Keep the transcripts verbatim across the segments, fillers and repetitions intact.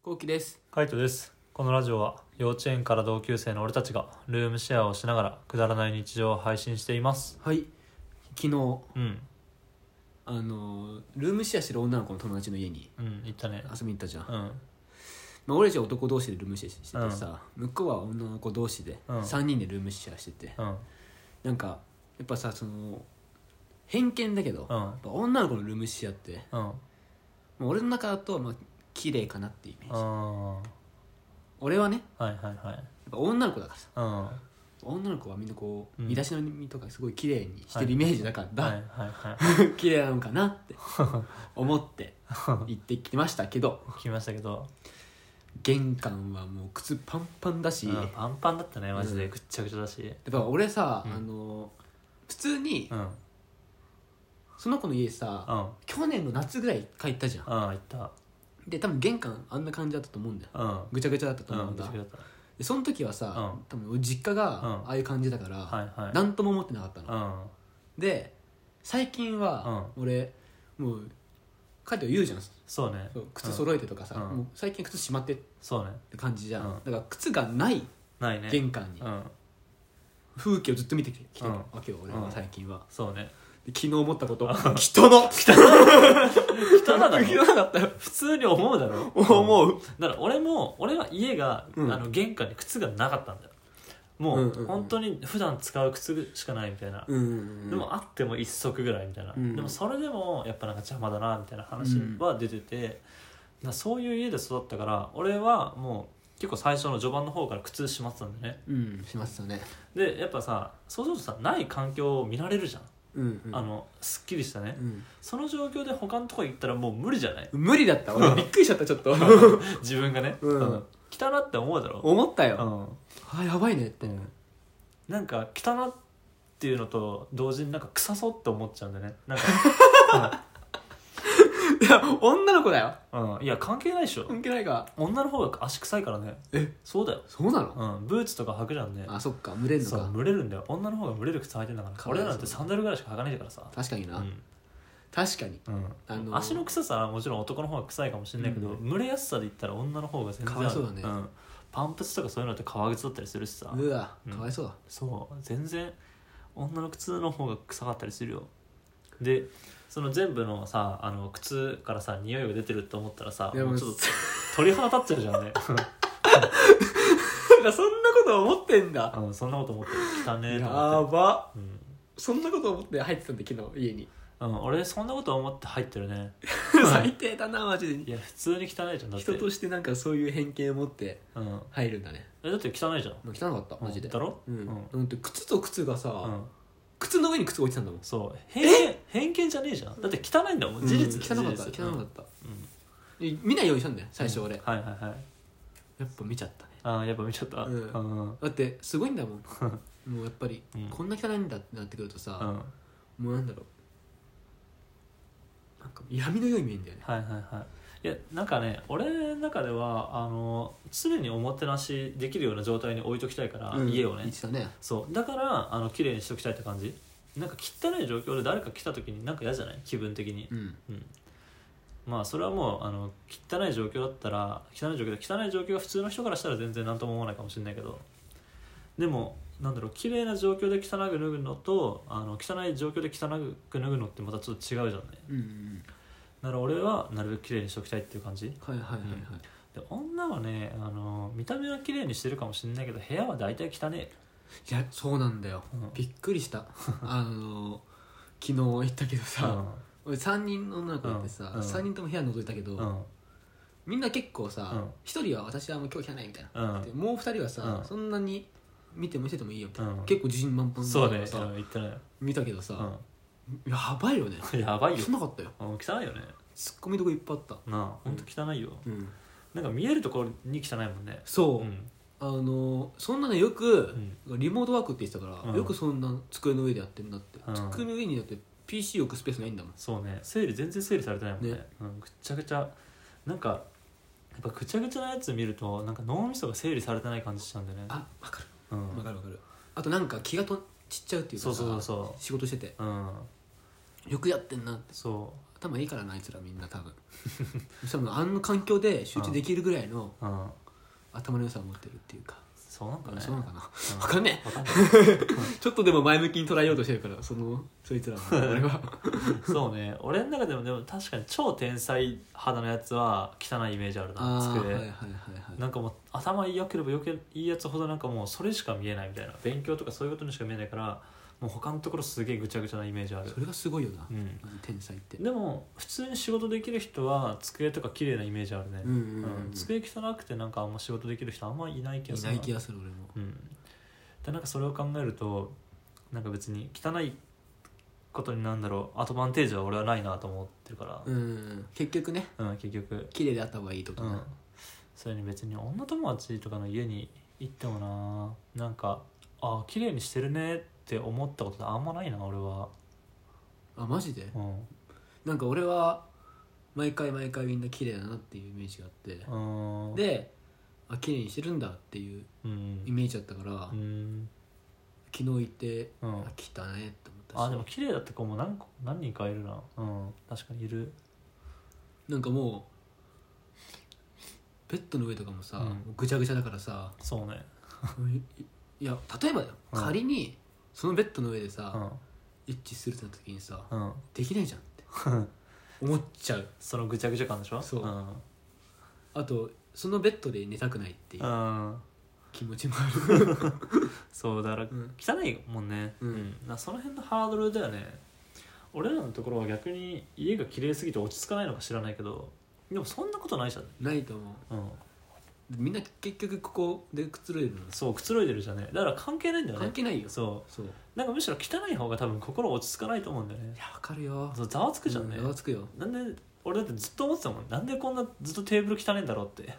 こうきです。 カイトです。このラジオは幼稚園から同級生の俺たちがルームシェアをしながらくだらない日常を配信しています。 はい。昨日うんあのルームシェアしてる女の子の友達の家にうん行ったね。 遊びに行ったじゃん。 うんまあ、俺たちは男同士でルームシェアしててさ、向こうは女の子同士でうんさんにんでルームシェアしてて、 うんなんかやっぱさ、その偏見だけど、 うんやっぱ女の子のルームシェアってうんもう俺の中だとまあ綺麗かなっていうイメージ。 あ俺はね、 はいはいはいやっぱ女の子だからさ、 うん女の子はみんなこう、 うん身だしなみとかすごい綺麗にしてるイメージだから、 はいはいはい綺麗なのかなって思って行ってきましたけど来ましたけど、 玄関はもう靴パンパンだし、 うん、パンパンだったねマジで、 うんぐっちゃぐちゃだし。 やっぱ俺さ、 うんあの普通にうんうんその子の家さ、 うん去年の夏ぐらい帰ったじゃん。 行ったで多分玄関あんな感じだったと思うんだよ。 うんぐちゃぐちゃだったとうん思うんだ。 ぐちゃぐちゃだっでその時はさ、 うん多分俺実家がうんああいう感じだから、 た。はいはい。 なんとも思ってなかったの。 うんで最近は、俺もう帰って言うじゃん、 そうね。 そう靴揃えてとかさ、 うんもう最近靴しまってっそうね。 て感じじゃん、 うんだから靴がないないね。 玄関にうん風景をずっと見てきてるうんわけよ、俺は最近は。 そうね。 で昨日思ったこと人の汚い汚だろ。 汚かったよ。 普通に思うだろ。 思う。 だから俺も俺は家が、 うんあの玄関に靴がなかったんだよ。もう、 うんうんうん本当に普段使う靴しかないみたいな、 うんうんうんでもあっても一足ぐらいみたいな、 うんでもそれでもやっぱなんか邪魔だなみたいな話は出てて、だからそういう家で育ったから俺はもう結構最初の序盤の方から靴しまってたんだよね。 うんしましたね。 でやっぱさそうするとさない環境を見られるじゃん、 うんうんあのすっきりしたね、 うんその状況で他のとこ行ったらもう無理じゃない。 無理だった。俺びっくりしちゃったちょっと自分がね、 うん汚って思うだろ。 思ったよ、 うんあやばいねって、 うんなんか汚っていうのと同時になんか臭そうって思っちゃうんだよねなんか、 いや女の子だよ。 うんうん、いや関係ないでしょ。 関係ないか。 女の方が足臭いからね。 えそうだよ、 そうなの？ うん、ブーツとか履くじゃんね。 あそっか、蒸れんのそうか。 蒸れるんだよ。女の方が蒸れる靴履いてんだから。 かわいそう俺らなんてサンダルぐらいしか履かないからさ。 確かにな、 うん確かに。 うんあのー足の臭さはもちろん男の方が臭いかもしれないけど、 うん蒸れやすさで言ったら女の方が全然ある。 かわいそうだねん、パンプスとかそういうのって革靴だったりするしさ。 うわうんかわいそうだ。 そう全然女の靴の方が臭かったりするよ。でその全部のさあの靴からさ匂いが出てると思ったらさ、 いやもうもうちょっと鳥肌立っちゃうじゃんねなんかそんなこと思ってんだ。 うん、そんなこと思って汚ねえとや思って、 ば。 うんそんなこと思って入ってたんで昨日家にうん、俺そんなこと思って入ってるね最低だなマジで。 いや普通に汚いじゃんだって人としてなんかそういう偏見を持ってうん、 入るんだね。 えだって汚いじゃん。 もう汚かったマジで。 だろ、 うん、 うんうん、で靴と靴がさ、 うん、 靴の上に靴が置いてたんだもん。 そう偏見偏見じゃねえじゃん。だって汚いんだもん事実、 うん汚かった事実汚かった、 うんで見ないようにしたんだよ最初俺、 うんはいはいはい。 やっぱ見ちゃったね。 ああやっぱ見ちゃった。 うんうんだってすごいんだもんもうやっぱり、 うんこんな汚いんだってなってくるとさ、 うんもうなんだろう、なんか闇のように見えるんだよね。 はいはいはい。いやなんかね俺の中ではあの常におもてなしできるような状態に置いときたいから、 うん家をね言ってたね。 そうだからあの綺麗にしときたいって感じ。なんか汚い状況で誰か来た時になんか嫌じゃない気分的に、 うんうん、まあそれはもうあの汚い状況だったら汚い状況で汚い状況が普通の人からしたら全然何とも思わないかもしれないけど、でもなんだろう綺麗な状況で汚く脱ぐのとあの汚い状況で汚く脱ぐのってまたちょっと違うじゃんね。 うんうんだから俺はなるべく綺麗にしておきたいっていう感じはいはいはいはい、 で、女はねあの見た目は綺麗にしてるかもしれないけど部屋は大体汚ねいやそうなんだよ、 うんびっくりしたあの昨日言ったけどえ。 さ、俺さんにんの女の子ってさ、 うんうんさんにんとも部屋覗いたけど、 うんうんみんな結構さうん一、人は私はもう今日汚いみたいな、 うんでもう二人はさ、 うんそんなに見ても見せてもいいよみたいな、 うん結構自信満々 そうねだからさ、 うん言ってない。 見たけどさ、 うやばいよね。 んやばいよ。 汚かったよ。 うん汚いよね。 ツッコミどこいっぱいあった。 なあほんと汚いよ、 うん、 なんか見えるところに汚いもんね。 そう、 んあのそんなのよく、 うんリモートワークって言ってたから、 うんよくそんな机の上でやってんなって、 うん机の上にだって ピーシー 置くスペースないんだもん。 そうね整理全然整理されてないもんね。 ねうん、ぐっちゃぐちゃなんかやっぱぐちゃぐちゃなやつ見るとなんか脳みそが整理されてない感じしちゃうんだよね。 あ分かるうん分かる分かる。あとなんか気がとちっちゃうっていうかさ、 そうそうそう仕事しててうんよくやってんなって。 そ頭いいからなあいつらみんな多分しかもあんな環境で集中できるぐらいの頭の良さを持ってるっていうか、 そうなんかね、 そうなのかな、 うん、 分かんねえちょっとでも前向きに捉えようとしてるからそのそいつらの俺はそうね、俺の中でもでも確かに超天才肌のやつは汚いイメージあるな。 あ机、 はいはいはいはい、 なんかもう頭良ければよけいいやつほどなんかもうそれしか見えないみたいな、勉強とかそういうことにしか見えないからもう他のところすげえぐちゃぐちゃなイメージある。 それがすごいよな、 うん、 天才って。 でも普通に仕事できる人は机とか綺麗なイメージあるね、 うんうんうんうん、机汚くてなんかあんま仕事できる人あんまいない気がする。 いない気がする俺も、 うん、でなんかそれを考えるとなんか別に汚いことになんだろうアドバンテージは俺はないなと思ってるから、 うん、結局ね、 うん、結局綺麗であった方がいいってことね、 うん、それに別に女友達とかの家に行ってもな、なんかあ綺麗にしてるねって思ったことあんまないな俺は。 あマジで、 うん、 なんか俺は毎回毎回みんな綺麗だなっていうイメージがあって、 うん、 であ綺麗にしてるんだっていうイメージだったから、 うん、 昨日行って、 うん、 あ来たねって思ったし、 あでも綺麗だった子も何個何人かいるな、うん、確かにいる。 なんかもうベッドの上とかもさ、 うんぐちゃぐちゃだからさそうねいや例えばだよ、 うん仮にそのベッドの上でさ、 うん一致するってなった時にさ、 うんできないじゃんって思っちゃう。 そのぐちゃぐちゃ感でしょ。 そうんあとそのベッドで寝たくないっていううん気持ちもあるそうだからうん汚いもんね、 うんだからその辺のハードルだよね。俺らのところは逆に家が綺麗すぎて落ち着かないのか知らないけどでもそんなことないじゃん、 ないと思う。 うん、 みんな結局ここでくつろいでるのそうくつろいでるじゃんね。だから関係ないんだよね。 関係ないよ。 そうそういなんかむしろ汚い方が多分心落ち着かないと思うんだよね。 やわかるよ。 そうざわつくじゃんね、 ざわつくよ。 なんで俺だってずっと思ってたもん、なんでこんなずっとテーブル汚いんだろうって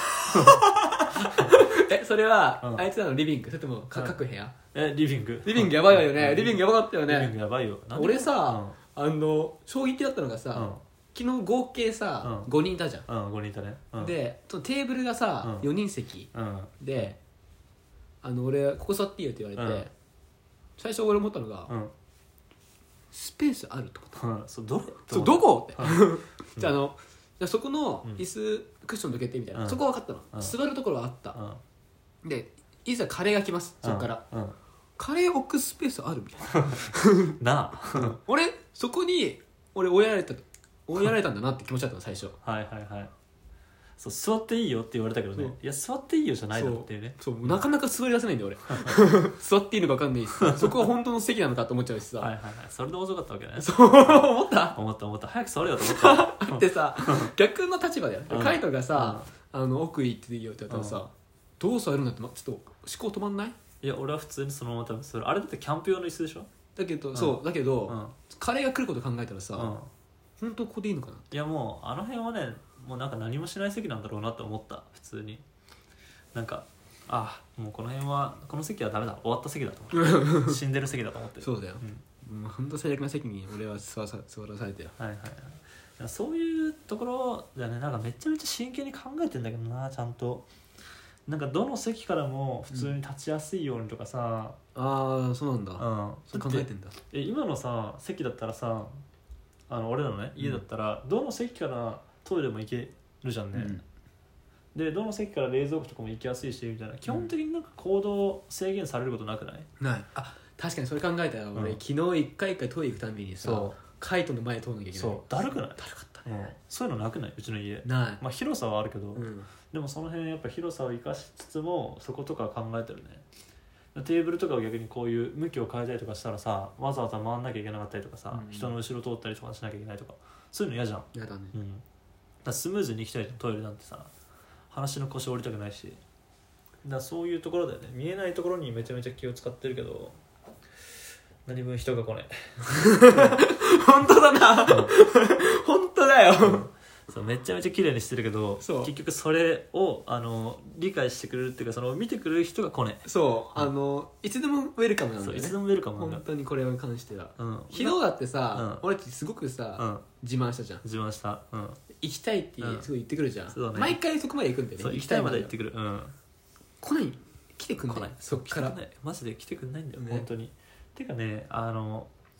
えそれは、 うんあいつらのリビングそれともかうん各部屋、 えリビングリビングやばいわよね、 うんリビングやばかったよリビンね。 グやばいよ。なんで俺さ、あの衝撃だったのがさ、 うん昨日合計さ、 うんごにんいたじゃん、 うんごにんいたね、うん、 でそのテーブルがさ、 うんよにん席うんであの俺ここ座っていいよって言われて、 うん最初俺思ったのが、 うんスペースあると思った。 うんそうどれそうどこって、 うんじゃああのじゃあそこのうん椅子、クッションどけてみたいな、 うんそこは分かったの、 うん座るところはあった、 うんでいざカレーが来ますそこから、 うんうんカレー置くスペースあるみたいななあ俺そこに俺追いやられた追いやられたんだなって気持ちだったの最初。 はいはいはい。そう座っていいよって言われたけどね、 そういや座っていいよじゃないだろっていうね。 そうなかなか座り出せないんだよ俺座っていいのか分かんないしさそこは本当の席なのかと思っちゃうしさ、 はいはいはい。それで遅かったわけね。 そう思った思った思った早く座れよと思っただってさ逆の立場だよ、 うんカイトがさ、あの奥行っていいよって言ったらさ、どう座るんだって、ま、ちょっと思考止まんない？ いや俺は普通にそのまま多分それあれだってキャンプ用の椅子でしょ。 だけど、 んそうだけど、 うんカレーが来ること考えたらさ、 うん本当ここでいいのかな。 いやもうあの辺はねもうなんか何もしない席なんだろうなって思った普通に。なんかあもうこの辺はこの席はダメだ終わった席だと思って死んでる席だと思ってる。 そうだよ、 うんもう本当最悪な席に俺は座らさ座らされてよ。 はいはいはい。そういうところだね。なんかめちゃめちゃ真剣に考えてんだけどなちゃんと。なんかどの席からも普通に立ちやすいようにとかさ、 ああそうなんだ、 うん、 そう考えてんだ。 え今のさ席だったらさあの俺らのね家だったら、どの席からトイレも行けるじゃんね、 うんでどの席から冷蔵庫とかも行きやすいしみたいな基本的になんか行動制限されることなくない？ ないあ確かにそれ考えたら俺、 うん昨日一回一回トイレ行くたんびにさそカイトの前通んなきゃいけない。 そうだるくない？ だるかったうん、そういうのなくないうちの家。 ない、 まあ広さはあるけど、 うん、 でもその辺やっぱ広さを生かしつつもそことか考えてるね。テーブルとかを逆にこういう向きを変えたりとかしたらさわざわざ回んなきゃいけなかったりとかさ、 うん人の後ろ通ったりとかしなきゃいけないとかそういうの嫌じゃん、 やだね、 うん、だからスムーズに行きたいじゃんトイレなんてさ話の腰折りたくないしだからそういうところだよね。見えないところにめちゃめちゃ気を使ってるけど何分人が来ね本当だな本当だよ、 そうめちゃめちゃ綺麗にしてるけどそう結局それをあの理解してくれるっていうかその見てくれる人が来ねそうあのいつでもウェルカムなんだよね。 そういつでもウェルカムなんだ本当にこれに関しては、 うん、 昨日だってさ、 うん俺たちすごくさ、 うん自慢したじゃん。 自慢した、うん、 行きたいってうんすごい言ってくるじゃん、 そうだね毎回そこまで行くんだよね。 そう行きたいまで行ってくくる、うん、 来ない来てくんない来ないそっから来てくんないマジで来てくんないんだよ、 ね本当にてかねあの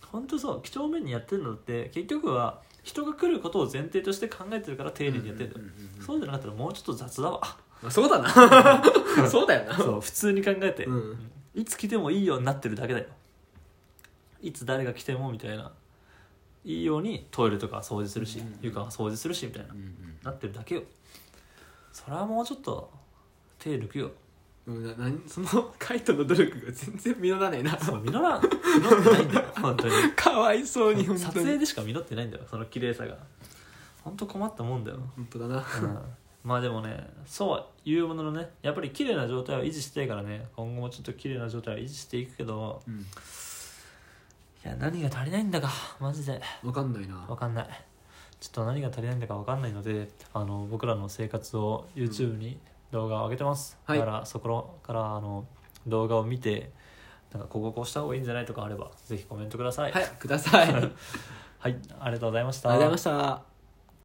本当そう几帳面にやってるのって結局は人が来ることを前提として考えてるから丁寧にやってるんだよ、うんうんうんうん、そうじゃなかったらもうちょっと雑だわ。 そうだなそうだよな。 そう普通に考えて、 うん、 いつ来てもいいようになってるだけだよ。いつ誰が来てもみたいないいようにトイレとか掃除するし、うんうん、床は掃除するしみたいな、うんうん、なってるだけよ。それはもうちょっと手抜くよ。 な何そのカイトの努力が全然実らねえな。 そう実らん実ってないんだよ本当に。 かわいそうに本当に。 撮影でしか実ってないんだよその綺麗さが。本当困ったもんだよ。 本当だな、 うん、まあでもねそうは言うもののねやっぱり綺麗な状態を維持していからね今後もちょっと綺麗な状態を維持していくけど、うん、いや何が足りないんだかマジで分かんないな。 分かんない。ちょっと何が足りないんだか分かんないのであの僕らの生活を YouTube に動画を上げてます、うん、だからそこからあの動画を見てなんかこここうした方がいいんじゃないとかあればぜひコメントください。 はいくださいはいありがとうございました。 ありがとうございました。